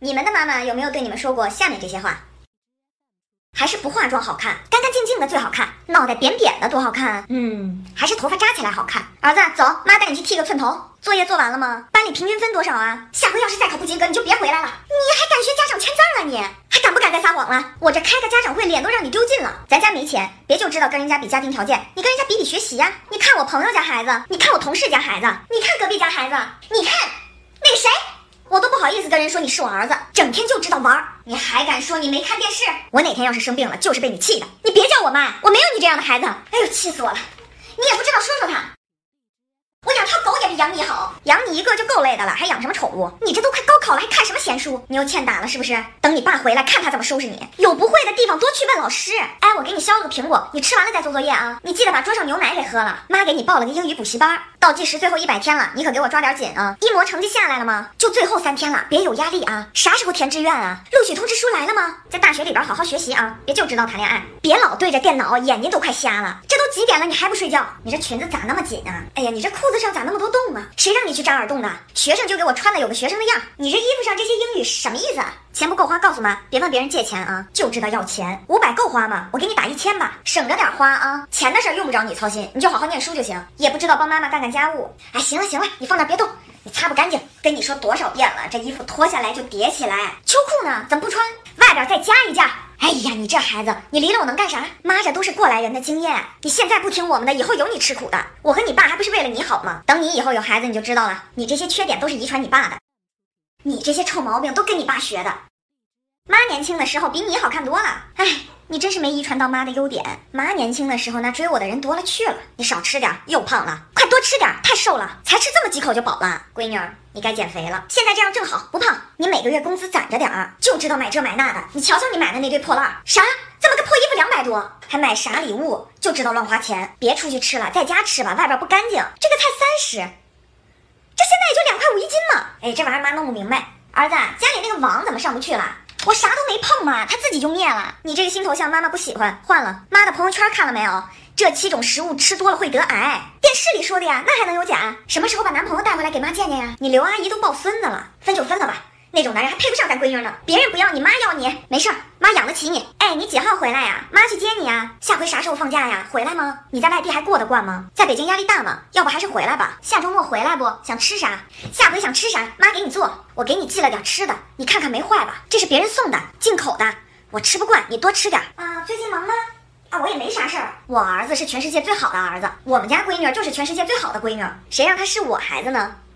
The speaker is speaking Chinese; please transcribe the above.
你们的妈妈有没有对你们说过下面这些话？还是不化妆好看，干干净净的最好看，脑袋扁扁的多好看。还是头发扎起来好看。儿子，走，妈带你去剃个寸头。作业做完了吗？班里平均分多少啊？下回要是再考不及格，你就别回来了。你还敢学家长签字啊你？还敢不敢再撒谎了？我这开个家长会，脸都让你丢尽了。咱家没钱，别就知道跟人家比家庭条件，你跟人家比学习呀。你看我朋友家孩子，你看我同事家孩子，你看隔壁家孩子，你看那个谁。我都不好意思跟人说你是我儿子，整天就知道玩，你还敢说你没看电视？我哪天要是生病了，就是被你气的。你别叫我妈，我没有你这样的孩子。哎呦，气死我了！你也不知道说说他。我养条狗也比养你好，养你一个就够累的了，还养什么宠物？你这都快高考了，还看什么闲书？你又欠打了是不是？等你爸回来，看他怎么收拾你。有不会的地方多去问老师。哎，我给你削了个苹果，你吃完了再做作业啊。你记得把桌上牛奶给喝了。妈给你报了个英语补习班，倒计时最后100天了，你可给我抓点紧啊！一模成绩下来了吗？就最后3天了，别有压力啊！啥时候填志愿啊？录取通知书来了吗？在大学里边好好学习啊，别就知道谈恋爱，别老对着电脑，眼睛都快瞎了。这都几点了，你还不睡觉？你这裙子咋那么紧啊？哎呀，你这裤子上咋那么多洞啊？谁让你去扎耳洞的？学生就给我穿的有个学生的样，你这衣服上这些英语什么意思啊？钱不够花告诉妈，别问别人借钱啊，就知道要钱。500够花吗？我给你打1000吧，省着点花啊。钱的事儿用不着你操心，你就好好念书就行，也不知道帮妈妈干干家务。哎，行了行了，你放那别动，你擦不干净。跟你说多少遍了，这衣服脱下来就叠起来。秋裤呢？怎么不穿？外边再加一件。哎呀，你这孩子，你离了我能干啥？妈，这都是过来人的经验，你现在不听我们的，以后有你吃苦的。我和你爸还不是为了你好吗？等你以后有孩子你就知道了，你这些缺点都是遗传你爸的，你这些臭毛病都跟你爸学的。妈年轻的时候比你好看多了，哎，你真是没遗传到妈的优点。妈年轻的时候那追我的人多了去了，你少吃点，又胖了，快多吃点，太瘦了，才吃这么几口就饱了。闺女儿，你该减肥了，现在这样正好，不胖。你每个月工资攒着点儿，就知道买这买那的。你瞧瞧你买的那堆破烂，啥？这么个破衣服200多，还买啥礼物？就知道乱花钱。别出去吃了，在家吃吧，外边不干净。这个才30，这现在也就2块5一斤嘛。哎，这玩意儿妈弄不明白。儿子，家里那个网怎么上不去了？我啥都没碰嘛，它自己就灭了。你这个心头像妈妈不喜欢，换了。妈的朋友圈看了没有？这7种食物吃多了会得癌，电视里说的呀，那还能有假？什么时候把男朋友带回来给妈见见呀？你刘阿姨都抱孙子了，分就分了吧。那种男人还配不上咱闺女呢，别人不要你，妈要你，没事儿，妈养得起你。哎，你几号回来呀？妈去接你呀。下回啥时候放假呀？回来吗？你在外地还过得惯吗？在北京压力大吗？要不还是回来吧。下周末回来不？想吃啥？下回想吃啥？妈给你做，我给你寄了点吃的，你看看没坏吧？这是别人送的，进口的，我吃不惯，你多吃点啊。最近忙吗？啊，我也没啥事儿。我儿子是全世界最好的儿子，我们家闺女就是全世界最好的闺女，谁让她是我孩子呢？